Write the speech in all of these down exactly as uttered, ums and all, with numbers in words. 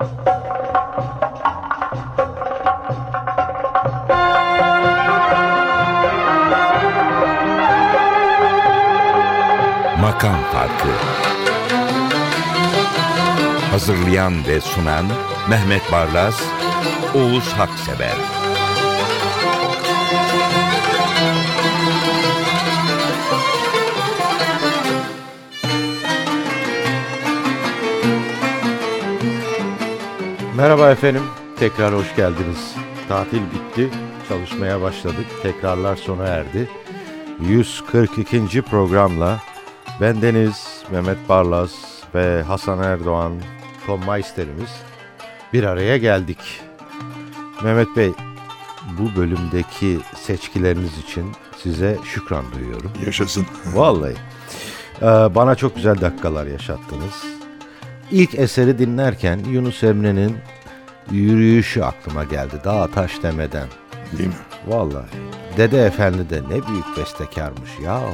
Makam Farkı. Hazırlayan ve sunan Mehmet Barlas, Oğuz Haksever. Merhaba efendim, tekrar hoş geldiniz. Tatil bitti, çalışmaya başladık, tekrarlar sona erdi. yüz kırk ikinci programla bendeniz Mehmet Barlas ve Hasan Erdoğan, Tom Meister'imiz bir araya geldik. Mehmet Bey, bu bölümdeki seçkileriniz için size şükran duyuyorum. Yaşasın. Vallahi bana çok güzel dakikalar yaşattınız. İlk eseri dinlerken Yunus Emre'nin Yürüyüşü aklıma geldi, dağ taş demeden. Değil mi? Vallahi Dede Efendi de ne büyük bestekarmış yahu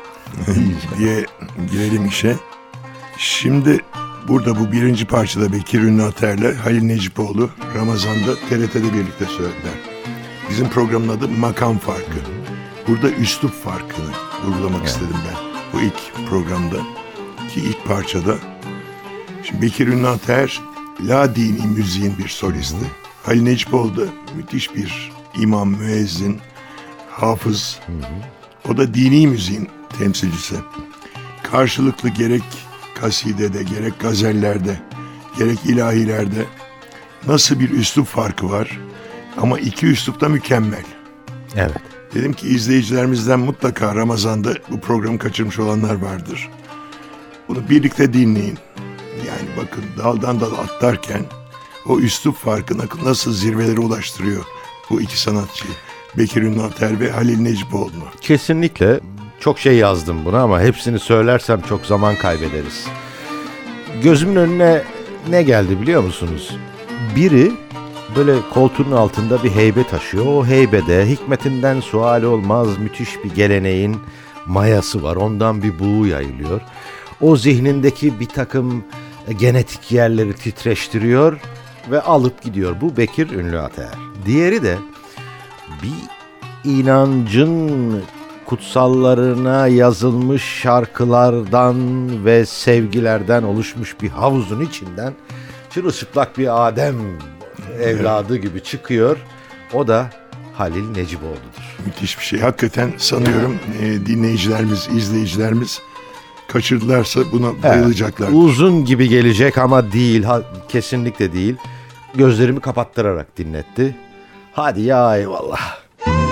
diye girelim işe. Şimdi burada bu birinci parçada Bekir Ünlü Ater'le Halil Necipoğlu Ramazan'da T R T'de birlikte söylediler. Bizim programın adı Makam Farkı. Burada üslup farkını vurgulamak evet. istedim ben. Bu ilk programda ki ilk parçada. Şimdi Bekir Ünlü Ater la dini müziğin bir solisti. Halil Necipoğlu da müthiş bir imam, müezzin, hafız. Hı hı. O da dini müziğin temsilcisi. Karşılıklı gerek kasidede, gerek gazellerde, gerek ilahilerde nasıl bir üslup farkı var. Ama iki üslup da mükemmel. Evet. Dedim ki izleyicilerimizden mutlaka Ramazan'da bu programı kaçırmış olanlar vardır. Bunu birlikte dinleyin. Yani bakın daldan dala atlarken o üslup farkını nasıl zirvelere ulaştırıyor bu iki sanatçıyı. Bekir Ünlü Ater ve Halil Necipoğlu'nu. Kesinlikle çok şey yazdım buna ama hepsini söylersem çok zaman kaybederiz. Gözümün önüne ne geldi biliyor musunuz? Biri böyle koltuğunun altında bir heybe taşıyor. O heybede hikmetinden sual olmaz müthiş bir geleneğin mayası var. Ondan bir buğu yayılıyor. O zihnindeki bir takım genetik yerleri titreştiriyor ve alıp gidiyor. Bu Bekir Ünlü Ater. Diğeri de bir inancın kutsallarına yazılmış şarkılardan ve sevgilerden oluşmuş bir havuzun içinden çırılçıplak bir Adem evladı gibi çıkıyor. O da Halil Necipoğlu'dur. Müthiş bir şey. Hakikaten sanıyorum e, dinleyicilerimiz, izleyicilerimiz kaçırdılarsa buna bayılacaklar. Evet, uzun gibi gelecek ama değil, ha, kesinlikle değil. Gözlerimi kapattırarak dinletti. Hadi ya eyvallah.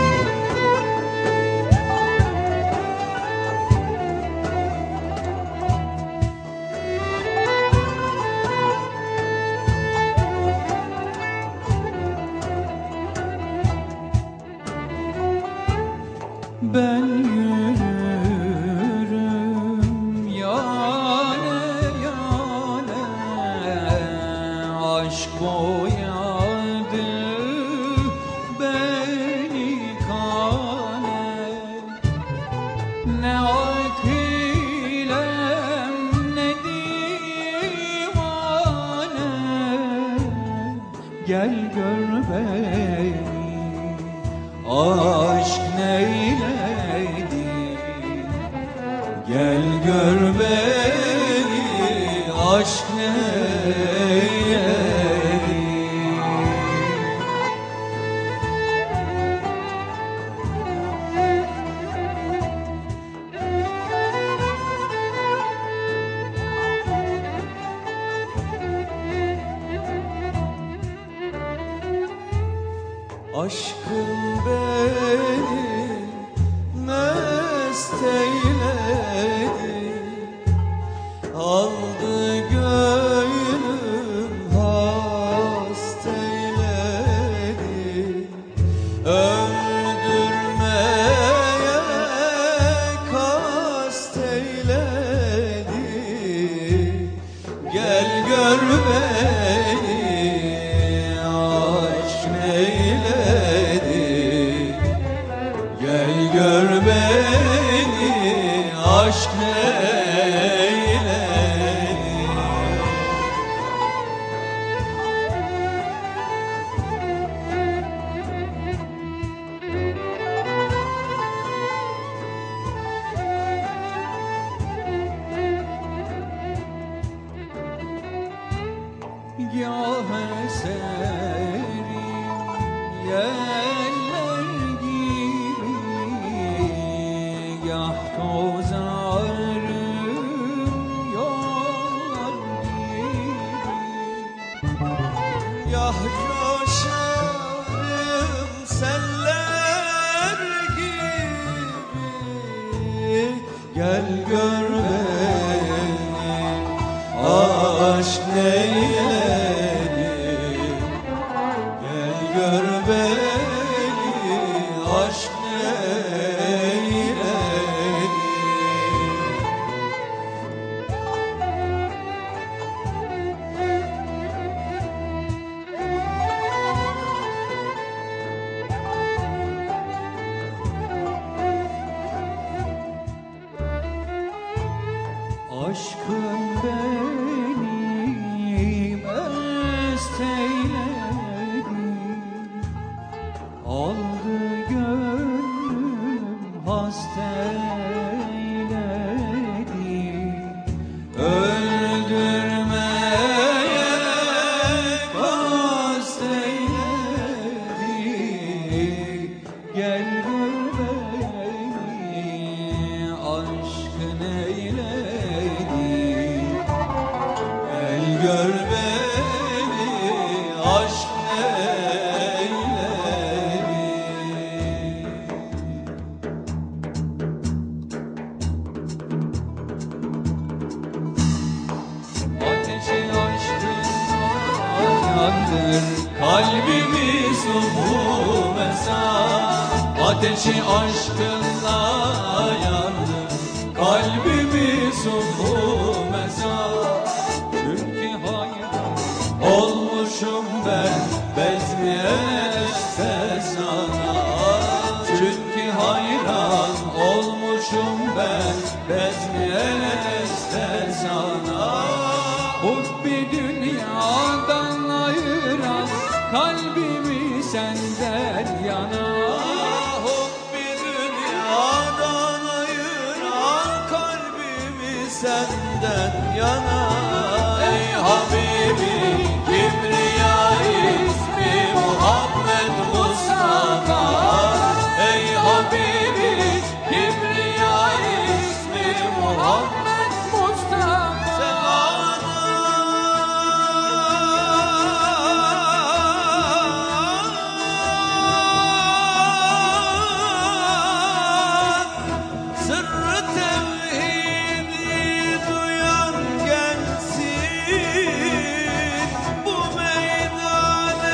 Ben yürürüm yâne yâne, aşk boyadı beni kâne. Ne akilem ne divane, gel gör beni aşk neyledi. Gel gör beni aşk neyledi. Aşkın beni mest eyledi, aldı gönlüm hast eyledi. Öldürmeye kast eyledi. Gel gör beni aşk neyledi. gâh eserim yeller gibi, gâh tozarım yollar gibi, gâh coşarım seller gibi. Gel gör beni, aşk neyledi. Gel gör beni, aşk neyledi. Aşkın benim mest eyledi, aldı gönlüm hast eyledi, öldürmeye kast eyledi. Gel gör beni, aşkın eyledi. Gel gör beni, aşk neyledi. Ateşi aşkınla yandır kalbimi subhu mesah. Ateşi aşkınla yandır kalbimi subhu mesah. Çünkü hayran olmuşum ben bezmiyeste sana. Çünkü hayran olmuşum ben bezmiyeste sana. Hubbi dünyadan ayıran kalbimi senden yana. Hubbi dünyadan ayıran kalbimi senden yana. Ey Habibi Kibriya ismi Muhammed Mustafa. Ey Habibi Kibriya ismi Muhammed Mustafa. Sevana sırrı tevhidi duyan gelsin bu meydane.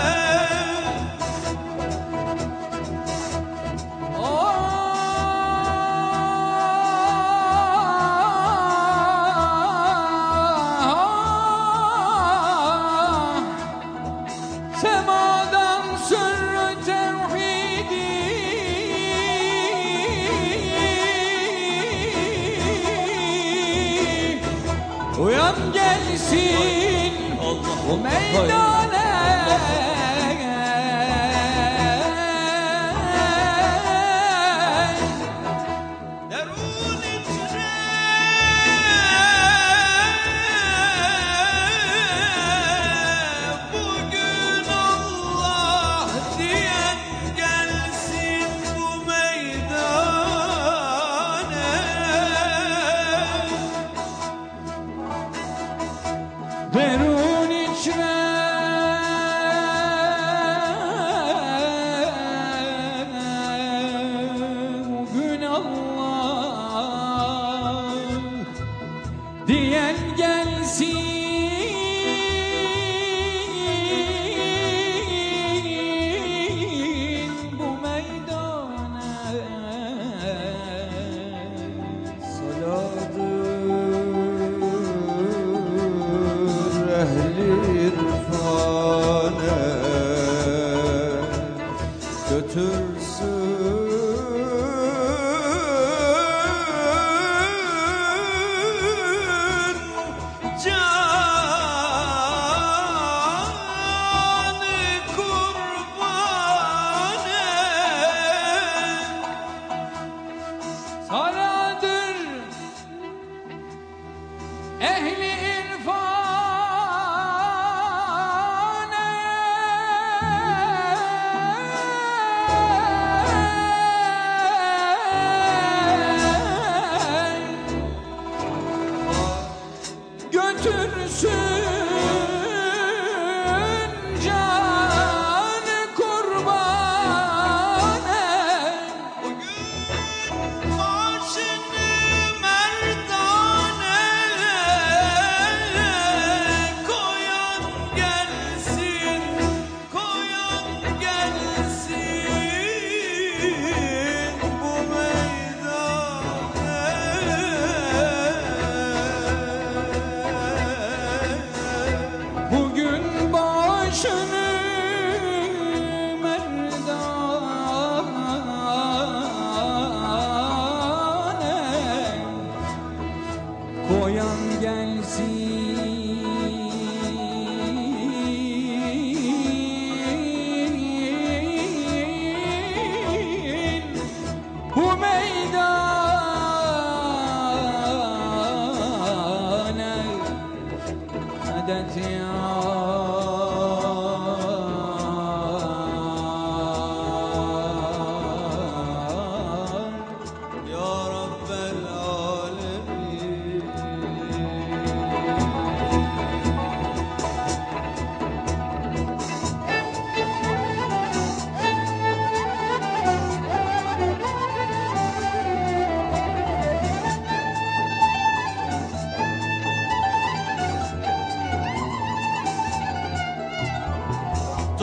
Semadan sırrı tevhidi uyan gelsin bu meydane. Derun içre bugün Allah diyen gelsin bu meydane. Derun içre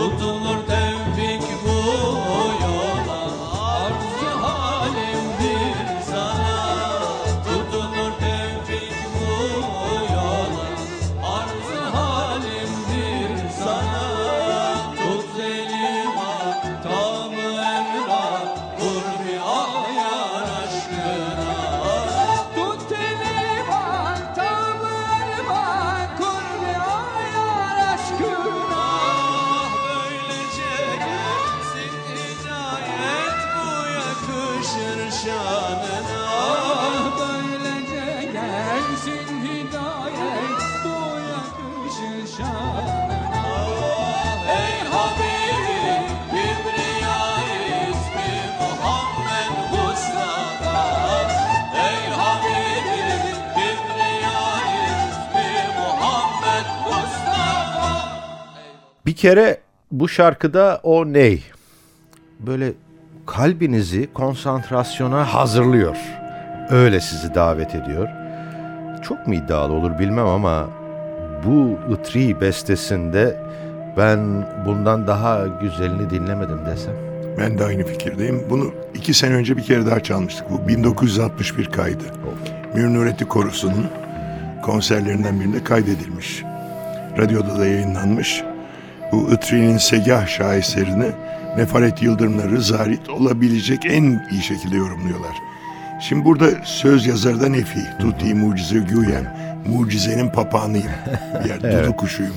tutulur tevfik bu yola. Arzu halimdir sana, tutulur tevfik bu yola. Arzu halimdir sana, tut zelima tamı emra, dur bir ayar aşkına. Tut zelima tamı emra, kur bir ayar aşkına. Böylece gelsin hidayet, bu yakışır şanına. Böylece gelsin hidayet, bu yakışır şanına. Ey Habibim, Kibriya ismi Muhammed Mustafa. Ey Habibim, Kibriya ismi Muhammed Mustafa. Bir kere bu şarkıda o ney? Böyle kalbinizi konsantrasyona hazırlıyor. Öyle sizi davet ediyor. Çok mu iddialı olur bilmem ama bu Itri bestesinde ben bundan daha güzelini dinlemedim desem. Ben de aynı fikirdeyim. Bunu iki sene önce bir kere daha çalmıştık. Bu bin dokuz yüz altmış bir kaydı. Münir Nurettin Korosu'nun konserlerinden birinde kaydedilmiş. Radyoda da yayınlanmış. Bu Itri'nin Segah şaheserini Mefaret Yıldırım'la Rıza Rit olabilecek en iyi şekilde yorumluyorlar. Şimdi burada söz yazarı da Nefi. Tuti mucize güyem. Mucizenin papağanıyım. Bir yer Evet. dudu kuşuyum.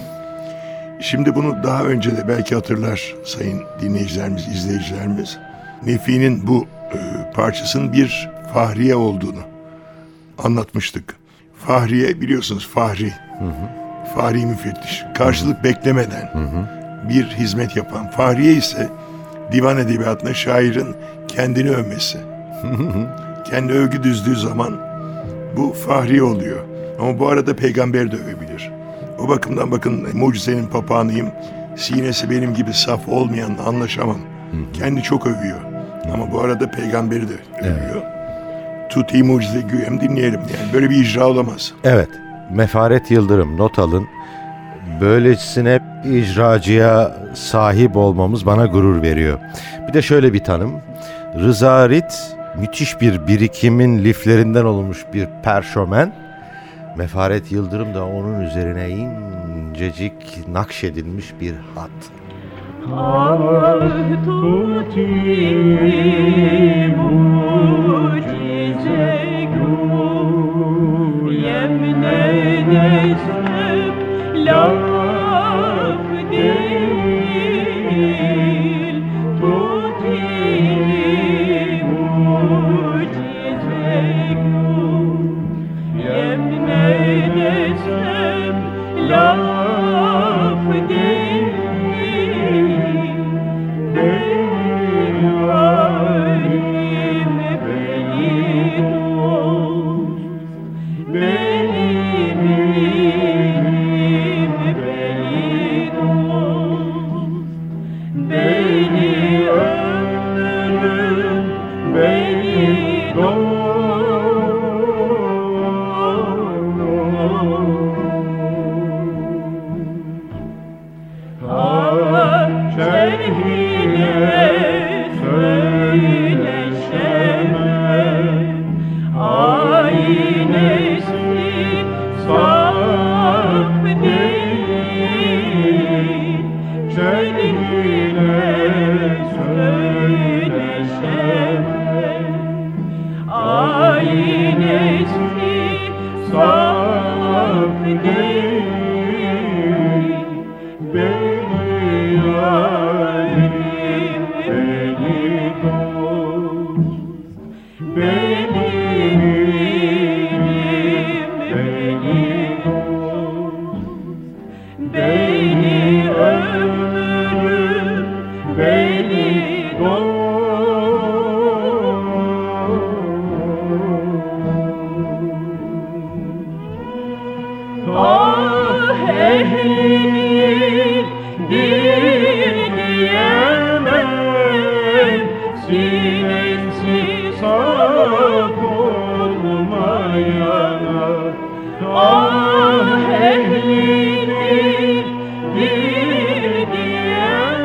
Şimdi bunu daha önce de belki hatırlar sayın dinleyicilerimiz, izleyicilerimiz. Nefi'nin bu e, parçasının bir Fahriye olduğunu anlatmıştık. Fahriye biliyorsunuz Fahri. Fahri müfettiş. Karşılık beklemeden bir hizmet yapan. Fahriye ise divan edebiyatında şairin kendini övmesi. Kendi övgü düzdüğü zaman bu Fahri oluyor. Ama bu arada peygamber de övebilir. O bakımdan bakın mucizenin papağanıyım. Sinesi benim gibi saf olmayanla anlaşamam. Kendi çok övüyor. Ama bu arada peygamberi de övüyor. Tuti mucize güyem dinleyelim. Yani böyle bir icra olamaz. Evet, Mefaret Yıldırım, not alın. Böylesine icracıya sahip olmamız bana gurur veriyor. Bir de şöyle bir tanım. Rıza Rit müthiş bir birikimin liflerinden olmuş bir perşömen. Mefaret Yıldırım da onun üzerine incecik nakşedilmiş bir hat. Ah tuti mucize güyem ne desem laf değil. Tuti mucize güyem ne desem laf değil. Ah ehlini bir diyen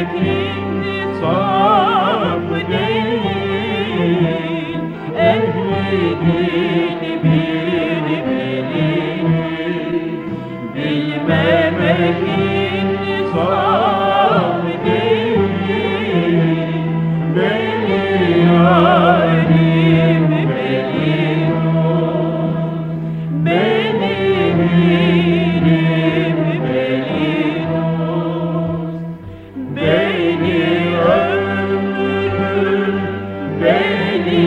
intisaf değil, ehli dil bilmeli, bilmemek intisaf değil, beni yarim beni dost, beni mirim beni dost, beni ömrüm beni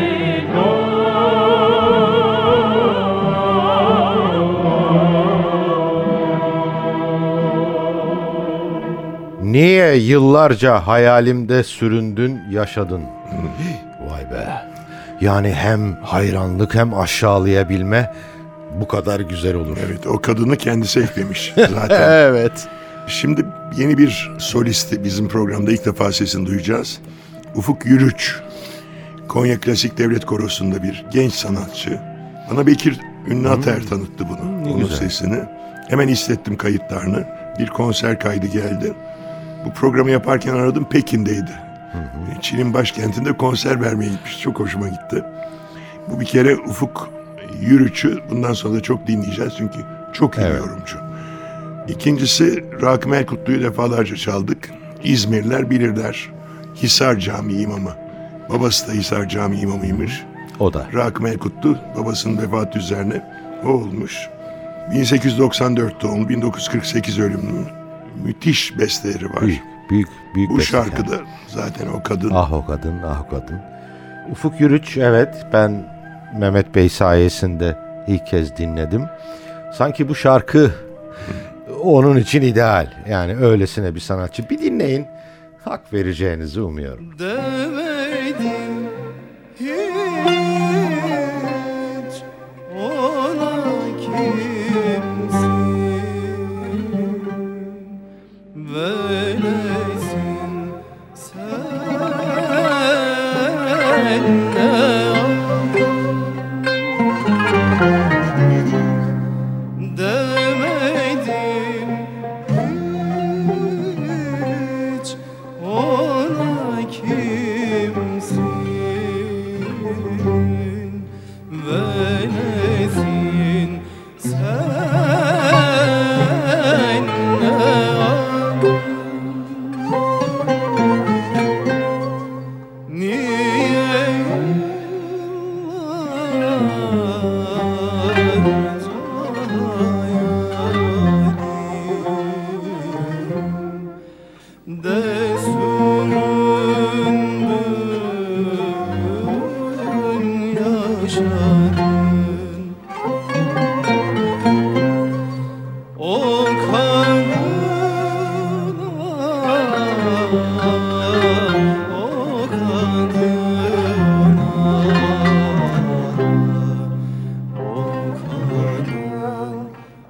Niye yıllarca hayalimde süründün, yaşadın? Vay be. Yani hem hayranlık hem aşağılayabilme bu kadar güzel olur. Evet, o kadını kendisi eklemiş zaten. Evet. Şimdi yeni bir solisti bizim programda ilk defa sesini duyacağız. Ufuk Yürüç. Konya Klasik Devlet Korosu'nda bir genç sanatçı. Bana Bekir Ünlü Ater tanıttı bunu, onun güzel. sesini. Hemen istettim kayıtlarını. Bir konser kaydı geldi. Bu programı yaparken aradım, Pekin'deydi. Çin'in başkentinde konser vermeye gitmiş. Çok hoşuma gitti. Bu bir kere Ufuk Yürüç'ü bundan sonra da çok dinleyeceğiz çünkü çok iyi bir Evet. yorumcu. İkincisi Rakım Erkutlu'yu defalarca çaldık. İzmirliler bilirler. Hisar Camii imamı. Babası da Hisar Camii imamıymış. O da. Rakım Erkutlu babasının vefatı üzerine o olmuş. bin sekiz yüz doksan dört doğumlu, bin dokuz yüz kırk sekiz ölümlü. Müthiş besteleri var. Büyük, büyük, büyük Bu bestekar. şarkıda zaten o kadın. Ah o kadın, ah o kadın. Ufuk Yürüç, evet, ben Mehmet Bey sayesinde ilk kez dinledim. Sanki bu şarkı onun için ideal. Yani öylesine bir sanatçı. Bir dinleyin, hak vereceğinizi umuyorum. Demedim hiç ona kimsin, velesin sen ne demedim hiç ona kimsin, velesin sen ne niye de süründün yaşadın o kadına, o kadına, o kadına.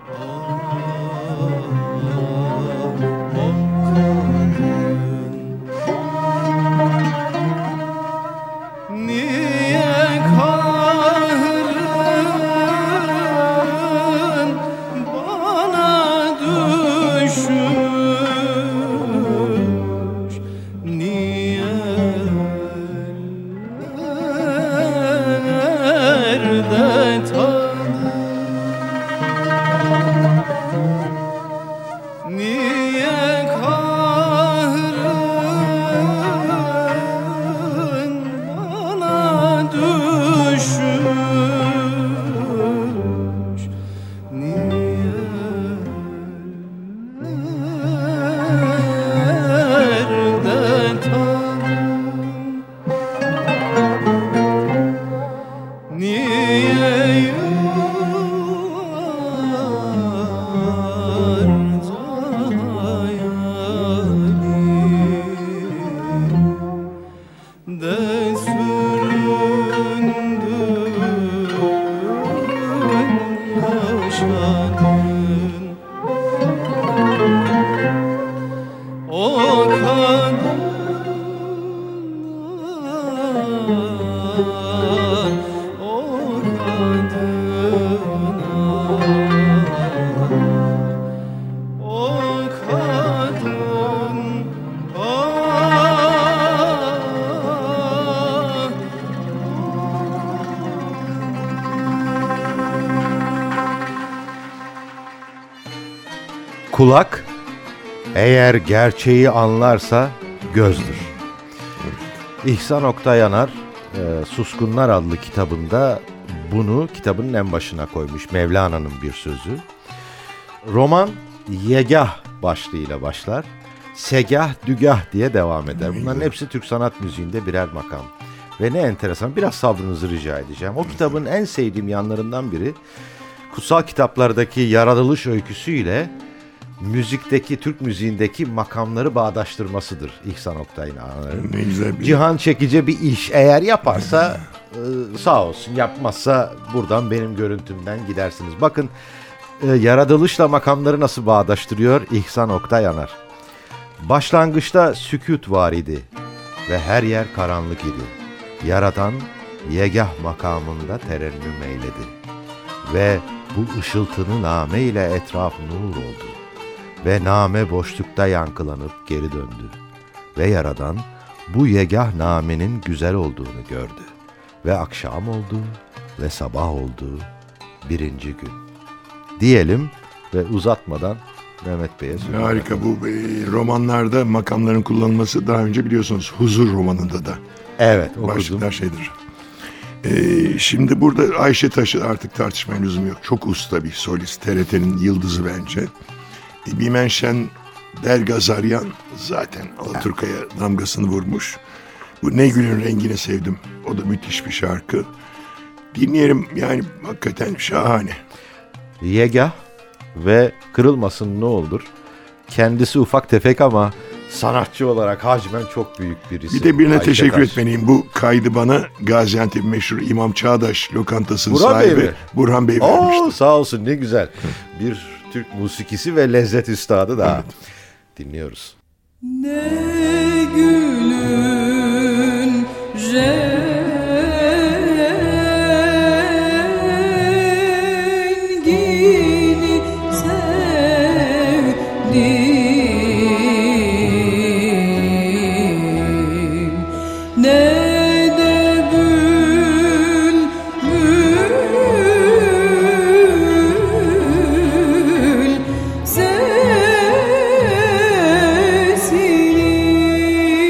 Niye kahrın bana düşmüş, niye ellerde tadı, niye kahrın bana düşmüş, niye ellerde tadı, niye yıllarca hayalim de süründün yaşadın o kadına, o kadına, o kadın, o Kulak eğer gerçeği anlarsa gözdür. İhsan Oktay Yanar e, Suskunlar adlı kitabında bunu kitabın en başına koymuş. Mevlana'nın bir sözü. Roman Yegah başlığıyla başlar. Segah, Dügah diye devam eder. Bunların hepsi Türk sanat müziğinde birer makam. Ve ne enteresan, biraz sabrınızı rica edeceğim. O kitabın en sevdiğim yanlarından biri kutsal kitaplardaki yaratılış öyküsüyle müzikteki, Türk müziğindeki makamları bağdaştırmasıdır İhsan Oktay Yanar'ın. Ne güzel bir... Cihan çekici bir iş. Eğer yaparsa e, sağ olsun, yapmazsa buradan benim görüntümden gidersiniz. Bakın e, yaratılışla makamları nasıl bağdaştırıyor İhsan Oktay Yanar. Başlangıçta sükût var idi ve her yer karanlık idi. Yaratan yegah makamında terennüm eyledi. Ve bu ışıltının name ile etraf nur oldu. Ve name boşlukta yankılanıp geri döndü. Ve Yaradan bu yegah namenin güzel olduğunu gördü. Ve akşam oldu ve sabah oldu birinci gün. Diyelim ve uzatmadan Mehmet Bey'e söyleyeyim. Harika, bu e, romanlarda makamların kullanılması daha önce biliyorsunuz Huzur romanında da. Evet, okudum. Başlıklar şeydir. E, şimdi burada Ayşe Taş'ı artık tartışmaya lüzum yok. Çok usta bir solist, T R T'nin yıldızı bence. E, Bimenşen Belgazaryan zaten Alaturka'ya damgasını vurmuş. Bu Ne Gül'ün Rengini Sevdim. O da müthiş bir şarkı. Dinleyelim, yani hakikaten şahane. Yegah ve Kırılmasın Ne Olur. Kendisi ufak tefek ama sanatçı olarak hacmen çok büyük bir isim. Bir de birine Ayşe teşekkür Taş. etmeliyim. Bu kaydı bana Gaziantep meşhur İmam Çağdaş lokantasının Burhan Bey sahibi mi? Burhan Bey Oo, vermişti. sağ olsun, ne güzel. Bir Türk musikisi ve lezzet üstadı daha. Dinliyoruz. Ne gülün rengini sevdim, ne de bülbül sesini.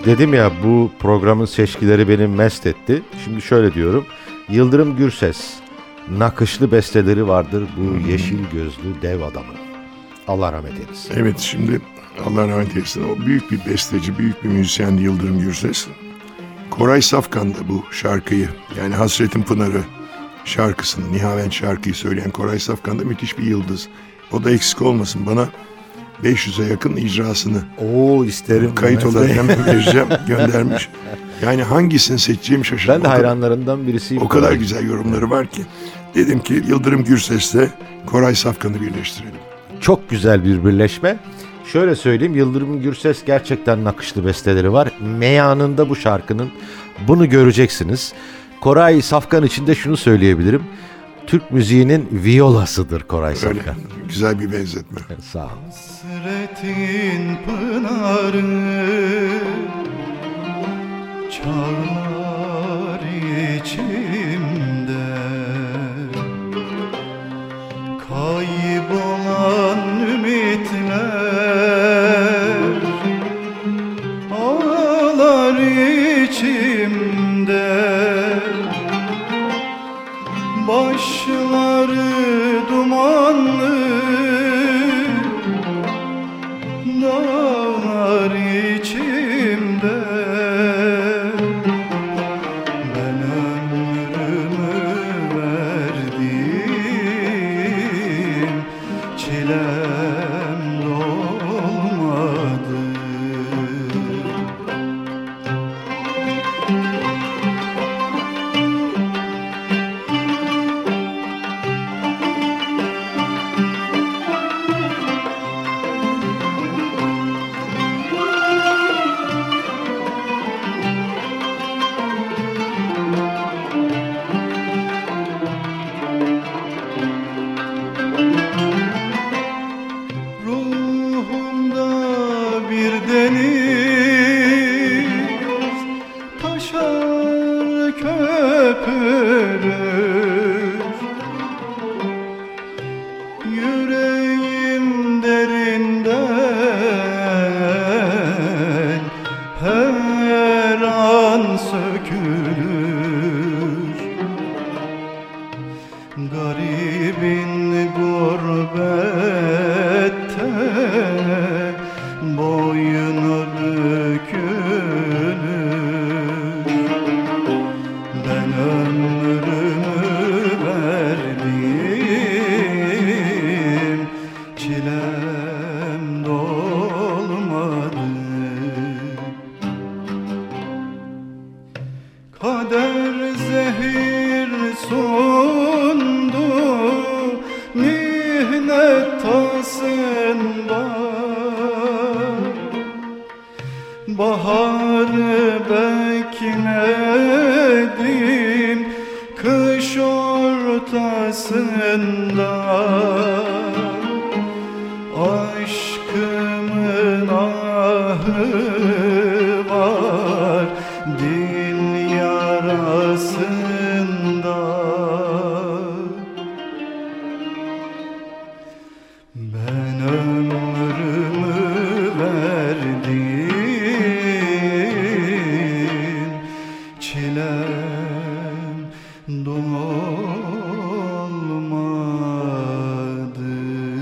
Dedim ya, bu programın seçkileri beni mest etti. Şimdi şöyle diyorum. Yıldırım Gürses, nakışlı besteleri vardır bu yeşil gözlü dev adamın. Allah rahmet eylesin. Evet, şimdi Allah rahmet eylesin. O büyük bir besteci, büyük bir müzisyendi Yıldırım Gürses. Koray Safkan da bu şarkıyı, yani Hasretin Pınarı şarkısını, Nihavent şarkıyı söyleyen Koray Safkan da müthiş bir yıldız. O da eksik olmasın, bana beş yüze yakın icrasını Oo, isterim. kayıt olarak hemen vereceğim, göndermiş. Yani hangisini seçeceğim şaşırdım. Ben de O kadar- hayranlarından birisiyim. O kadar güzel yorumları var ki. Dedim ki Yıldırım Gürses'le Koray Safkan'ı birleştirelim. Çok güzel bir birleşme. Şöyle söyleyeyim, Yıldırım Gürses gerçekten nakışlı besteleri var. Meyanında bu şarkının, bunu göreceksiniz. Koray Safkan için de şunu söyleyebilirim. Türk müziğinin viyolasıdır Koray Öyle Safkan. güzel bir benzetme. Sağ ol. Hasretin pınarı çağlar içimde, kaybolan ümitler ağlar içimde, başları dumanlı dağlar içimde, ben ömrümü verdim, çilem dolmadı. Ruhumda bir deniz taşar köpürür, yüreğim derinden her an sökülür. Garibin gurbette boynu bükülür, ben ömrümü verdim, çilem dolmadı. Kader zehir sundu mihnet tasında, baharı bekledim kış ortasında, aşkımın ahı var dil yarasında, ben ömrümü verdim, çilem dolmadı.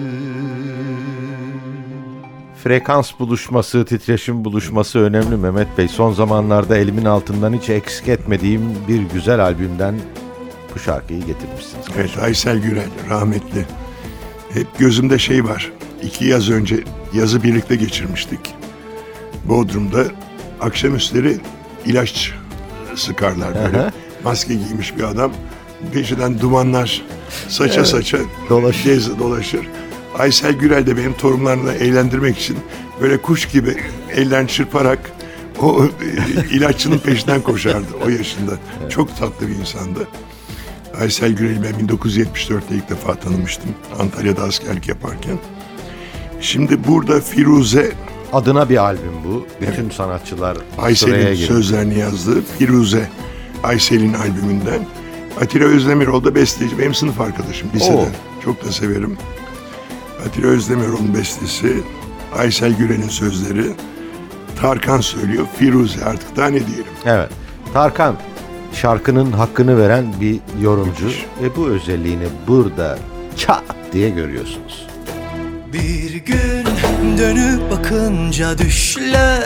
Frekans buluşması, titreşim buluşması önemli Mehmet Bey. Son zamanlarda elimin altından hiç eksik etmediğim bir güzel albümden bu şarkıyı getirmişsiniz. Evet, Aysel Gürel rahmetli. Hep gözümde şey var. İki yaz önce yazı birlikte geçirmiştik. Bodrum'da akşamüstleri ilaç sıkarlar böyle. Aha. Maske giymiş bir adam. Peşinden dumanlar saça Evet, saça dolaşır. gez, dolaşır. Aysel Gürel de benim torunlarını eğlendirmek için böyle kuş gibi ellerini çırparak o e, ilaççının peşinden koşardı o yaşında. Çok tatlı bir insandı. Aysel Gürel'i ben bin dokuz yüz yetmiş dörtte ilk defa tanımıştım. Antalya'da askerlik yaparken. Şimdi burada Firuze, Adına bir albüm bu. Bütün sanatçılar sıraya Aysel'in girdi. sözlerini yazdığı Firuze, Aysel'in albümünden. Atilla Özdemiroğlu da besteci. Benim sınıf arkadaşım liseden. Oo. Çok da severim. Atilla Özdemiroğlu'nun bestesi, Aysel Gürel'in sözleri. Tarkan söylüyor. Firuze, artık daha ne diyelim. Evet. Tarkan şarkının hakkını veren bir yorumcu ve bu özelliğini burada çat diye görüyorsunuz. Bir gün dönüp bakınca düşler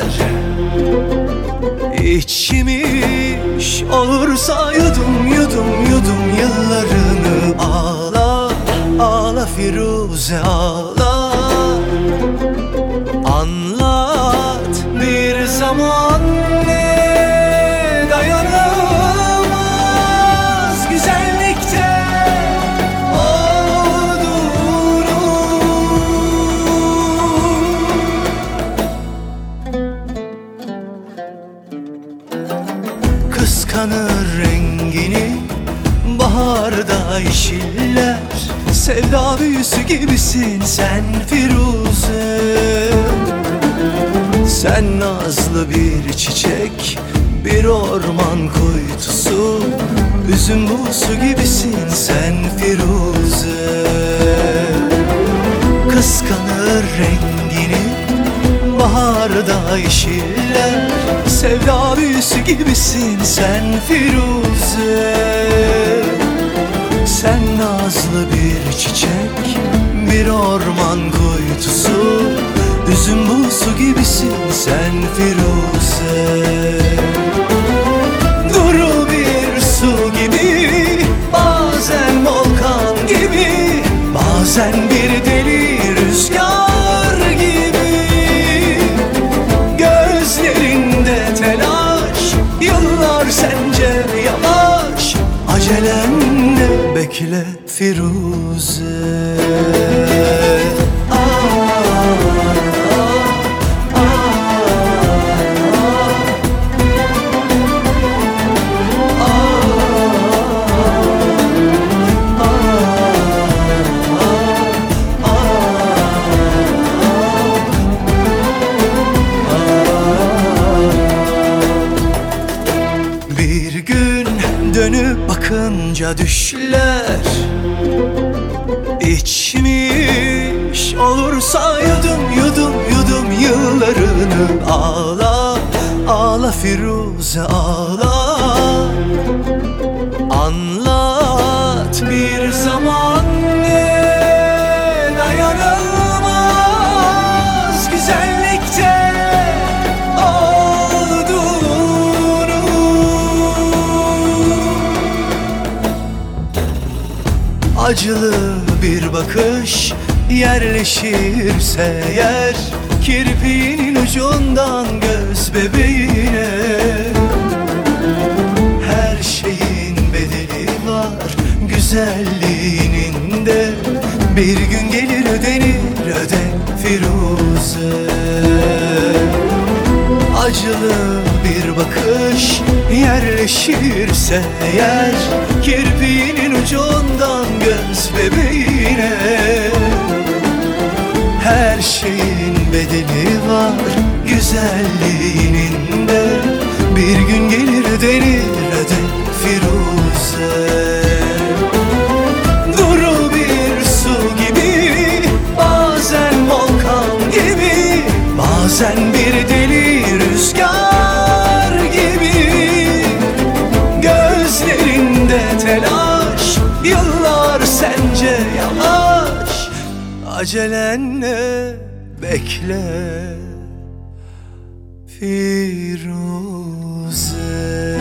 İçmiş olursa yudum yudum yudum yıllarını ağla ağla Firuze ağla. Anlat bir zaman ne dayanılmaz güzellikte olduğunu. Kıskanır rengini baharda yeşiller. Sevda büyüsü gibisin sen Firuze. Sen nazlı bir çiçek, bir orman kuytusu. Üzüm buğusu gibisin sen Firuze. Kıskanır rengini baharda yeşiller. Sevda büyüsü gibisin sen Firuze. Sen nazlı bir çiçek, bir orman kuytusu. Üzüm buğusu gibisin sen Firuze. Duru bir su gibi, bazen volkan gibi, bazen bir deli rüzgar gibi. Gözlerinde telaş, yıllar sence yavaş. Acelenle bekle Firuze. Bir gün dönüp bakınca düşler İçmiş olursa yudum yudum yudum yıllarını ağla ağla Firuze ağla. Anlat bir zaman ne dayanılmaz güzellikte olduğunu. Acılı bir bakış yerleşirse yer, kirpiğinin ucundan göz bebeğine. Her şeyin bedeli var güzelliğinin de. Bir gün gelir ödenir öde Firuze. Acılı bir bakış yerleşirse yer, kirpiğinin ucundan göz bebeğine. Her şeyin bedeli var güzelliğinin de. Bir gün gelir ödenir öde Firuze. Duru bir su gibi, bazen volkan gibi, bazen bir deli rüzgar gibi. Gözlerinde telaş, yıllar sence yavaş. Acelenle bekle Firuze.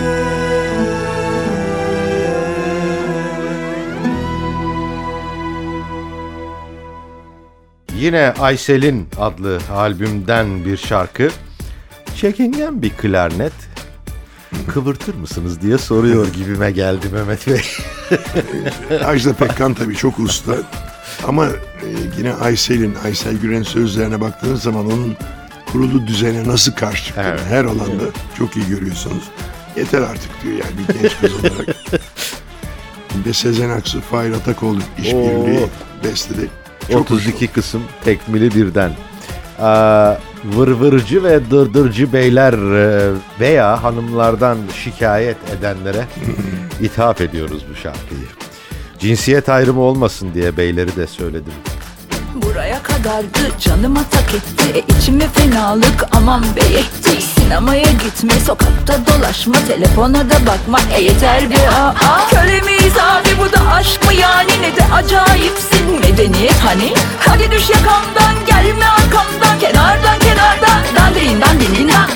Yine Aysel'in adlı albümden bir şarkı. Çekingen bir klarnet kıvırtır mısınız diye soruyor gibime geldi Mehmet Bey. Ajda Pekkan tabii çok usta. Ama e, yine Aysel'in, Aysel Gürel'in sözlerine baktığınız zaman onun kurulu düzene nasıl karşı çıktığını Evet. her alanda çok iyi görüyorsunuz. Yeter artık diyor yani bir genç kız olarak. Bir de Sezen Aksu, Fahir Atakoğlu işbirliği bestede. Çok otuz iki hoş. kısım tekmili birden. Aa, vırvırcı ve dırdırcı beyler e, veya hanımlardan şikayet edenlere ithaf ediyoruz bu şarkıyı. Cinsiyet ayrımı olmasın diye beyleri de söyledim. buraya kadardı, canıma tak etti. E içime fenalık aman be yetti. Sinemaya gitme, sokakta dolaşma, telefona da bakma, e yeter be aa. Köle miyiz abi, bu da aşk mı yani? Ne de acayipsin medeniyet hani. Hadi düş yakamdan, gelme arkamdan, kenardan kenardan, dandinin dandinin dan.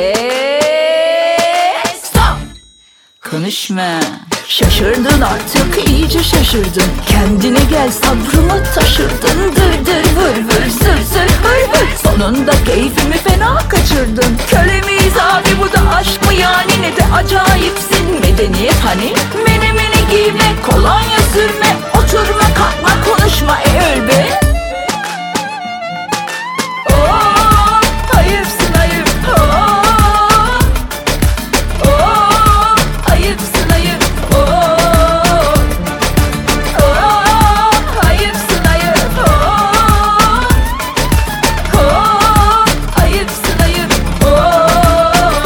Eee stop. Konuşma. Şaşırdın artık, iyice şaşırdın. Kendine gel, sabrımı taşırdın. Dır dır vır vır, sır sır hır hır. Sonunda keyfimi fena kaçırdın. Köle miyiz abi, bu da aşk mı yani? Ne de acayipsin medeniyet hani. Mene mene giyme, kolonya sürme, oturma kalkma konuşma, e öl be. Oh, ayıpsın ayıp. Oh, oh, ayıpsın ayıp. Oh, oh, ayıpsın ayıp. Oh, oh, ayıpsın ayıp. Oh.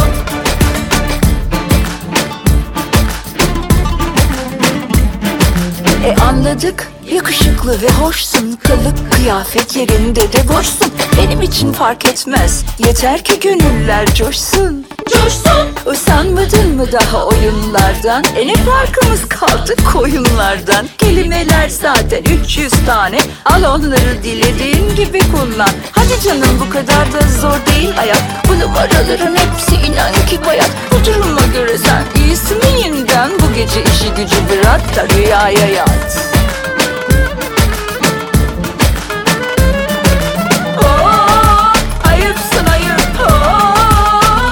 E anladık, yakışıklı ve hoşsun. Kılık kıyafet yerinde de boşsun. Benim için fark etmez, yeter ki gönüller coşsun. Coşsun. Usanmadın mı daha oyunlardan? E ne farkımız kaldı koyunlardan? Kelimeler zaten üç yüz tane. Al onları dilediğin gibi kullan. Hadi canım, bu kadar da zor değil hayat. Bu numaraların hepsi inan ki bayat. Bu duruma göre sen iyisin iyinden. Bu gece işi gücü bırak da rüyaya yat. Oh, ayıpsın ayıp. Oh,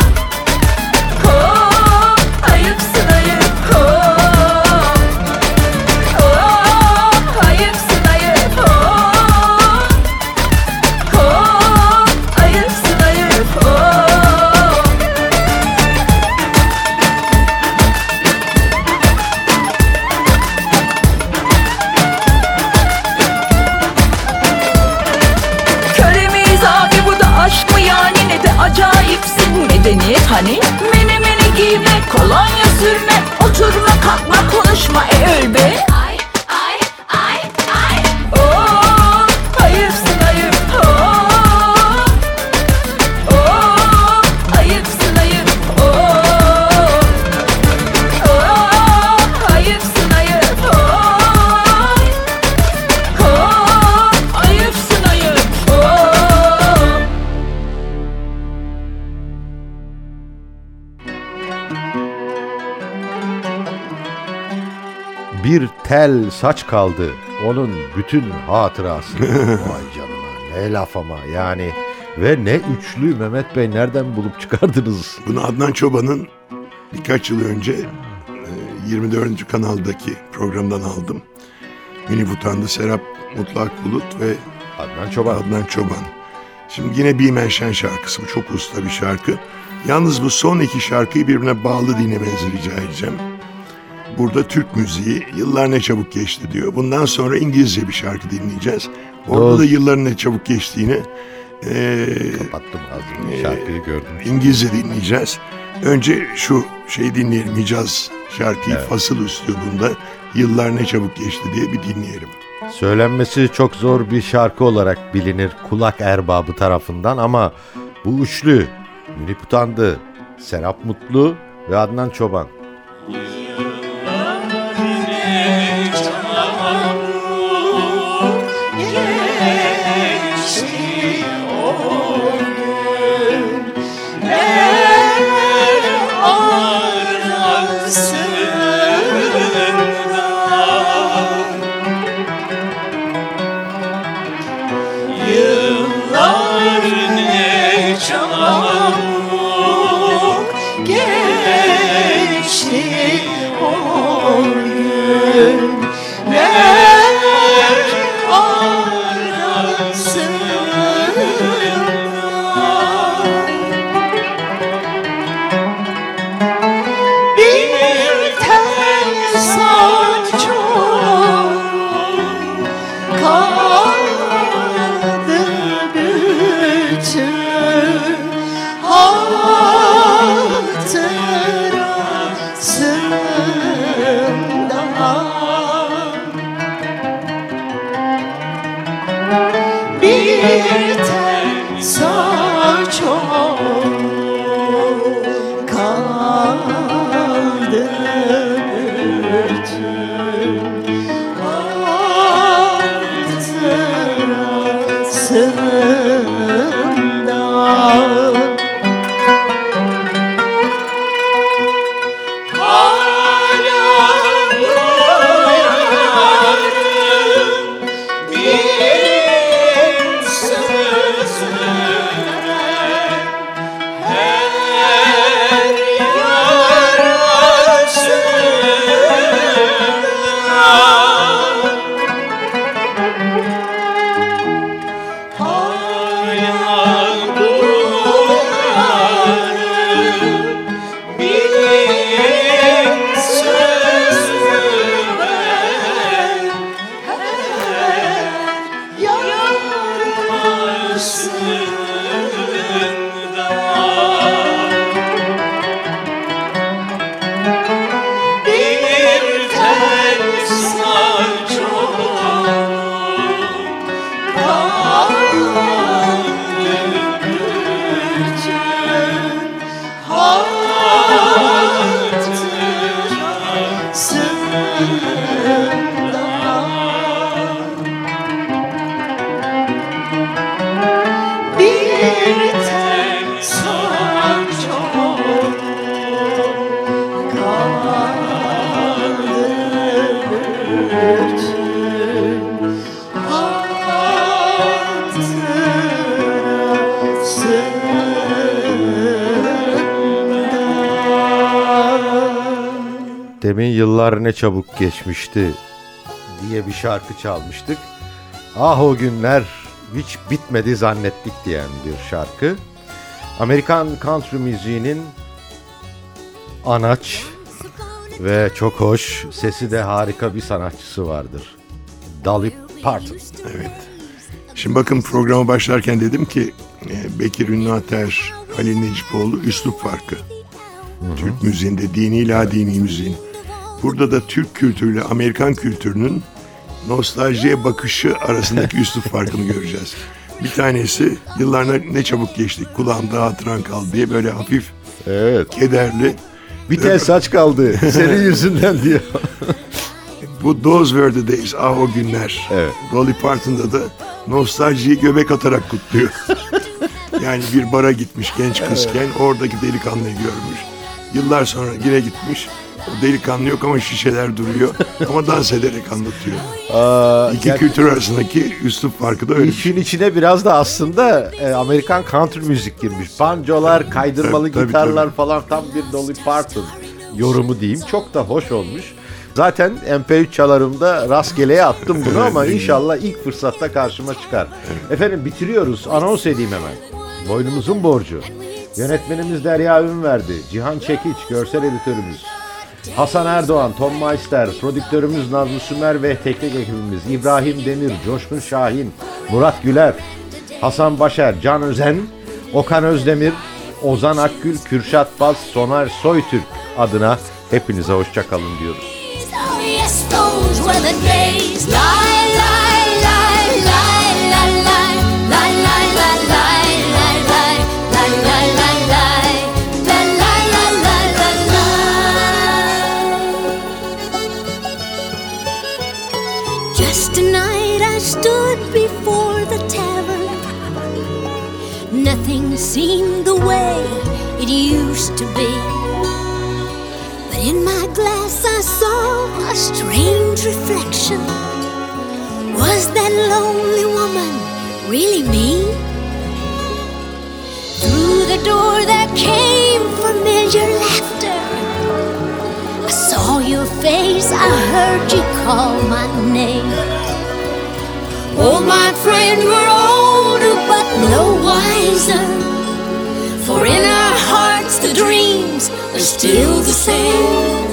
oh, ayıpsın ayıp. Oh, oh, ayıpsın ayıp. Oh, oh, ayıpsın ayıp. Oh. Köle miyiz abi, bu da aşk mı yani? Ne de acayipsin medeniyet hani. Mene mene giyme, kolonya sürme, oturma kalkma konuşma, e öl be. Ay ay ay ay. Oh, ayıpsın ayıp. Oh, oh, ayıpsın ayıp. Oh, oh, ayıpsın ayıp. Oh, oh, ayıpsın ayıp. Oh. Bir tel saç kaldı, onun bütün hatırası. Vay canına, ne laf ama yani. Ve ne üçlü Mehmet Bey, nereden bulup çıkardınız? Bunu Adnan Çoban'ın birkaç yıl önce e, yirmi dördüncü kanaldaki programdan aldım. Münif Utandı, Serap Mutlak Bulut ve Adnan Çoban. Adnan Çoban. Şimdi yine Bimenşen şarkısı, bu çok usta bir şarkı. Yalnız bu son iki şarkıyı birbirine bağlı dinlemenizi rica edeceğim. Burada Türk müziği, yıllar ne çabuk geçti diyor. Bundan sonra İngilizce bir şarkı dinleyeceğiz. Orada Doğru. da yılların ne çabuk geçtiğini e, Kapattım ağzımı, şarkıyı gördüm. İngilizce dinleyeceğiz. Önce şu şeyi dinleyelim, Hicaz şarkıyı, Evet. fasıl üslubunda yıllar ne çabuk geçti diye bir dinleyelim. Söylenmesi çok zor bir şarkı olarak bilinir kulak erbabı tarafından ama bu üçlü Münif Utandı, Serap Mutlu ve Adnan Çoban. Geçti Bir tek sana çok kaldı bütün hatırasından. Demin yıllar ne çabuk geçmişti diye bir şarkı çalmıştık. Ah o günler hiç bitmedi zannettik diyen bir şarkı. Amerikan country müziğinin anaç ve çok hoş, sesi de harika bir sanatçısı vardır. Dolly Parton. Evet. Şimdi bakın programa başlarken dedim ki e, Bekir Ünlüater, Halil Necipoğlu üslup farkı. Hı-hı. Türk müziğinde dini la dini müziğin. Burada da Türk kültürüyle Amerikan kültürünün nostaljiye bakışı arasındaki üslup farkını göreceğiz. Bir tanesi yıllar ne çabuk geçti, kulağımda hatıran kaldı diye böyle hafif, evet, kederli. Bir tel saç kaldı senin yüzünden diyor. Bu Those Were the Days, ah o günler. Evet. Dolly Parton'da da nostaljiyi göbek atarak kutluyor. Yani bir bara gitmiş genç kızken, evet, oradaki delikanlıyı görmüş. Yıllar sonra yine gitmiş. O delikanlı yok ama şişeler duruyor. Ama dans ederek anlatıyor. Aa, İki yani, kültür arasındaki üslup farkı da öyle. İşin içine biraz da aslında e, Amerikan country müzik girmiş. Banjolar, kaydırmalı tabii, gitarlar tabii, tabii. falan tam bir Dolly Parton yorumu diyeyim. Çok da hoş olmuş. Zaten M P üç çalarımda rastgeleye attım bunu ama inşallah ilk fırsatta karşıma çıkar. Efendim bitiriyoruz. Anons edeyim hemen. Boynumuzun borcu. Yönetmenimiz Derya Ünverdi. Cihan Çekiç, görsel editörümüz. Hasan Erdoğan, Tom Meister, prodüktörümüz Nazlı Sümer ve teknik ekibimiz İbrahim Demir, Coşkun Şahin, Murat Güler, Hasan Başer, Can Özen, Okan Özdemir, Ozan Akgül, Kürşat Baz, Soner Soytürk adına hepinize hoşça kalın diyoruz. Just tonight I stood before the tavern. Nothing seemed the way it used to be. But in my glass I saw a strange reflection. Was that lonely woman really me? Through the door there came familiar laughter. I saw your face, I heard you call my name. Oh, my friend, we're older but no wiser. For in our hearts the dreams are still the same.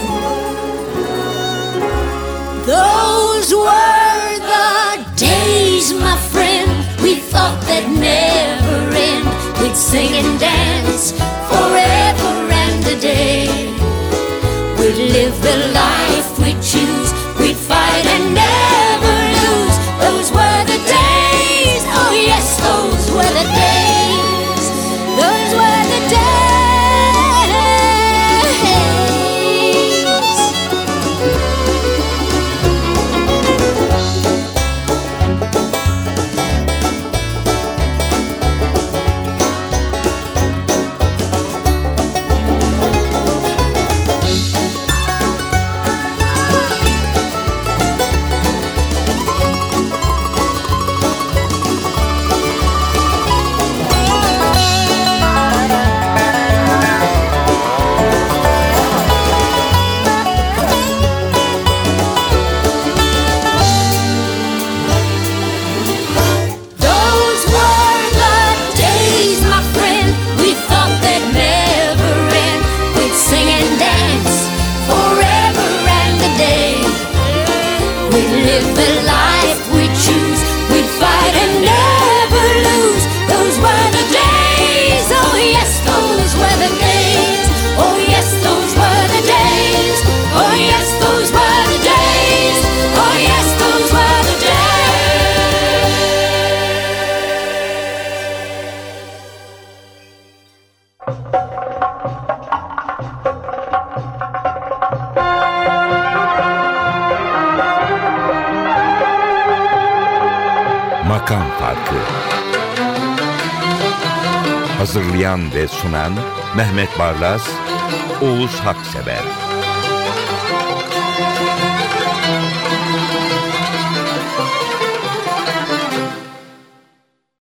Those were the days, my friend, we thought they'd never end. We'd sing and dance forever and a day. We'd live the life we choose. We'd fight and never lose. Those were the days. Oh yes, those were the days. Those were the days. Makam Farkı. Hazırlayan ve sunan Mehmet Barlas, Oğuz Haksever.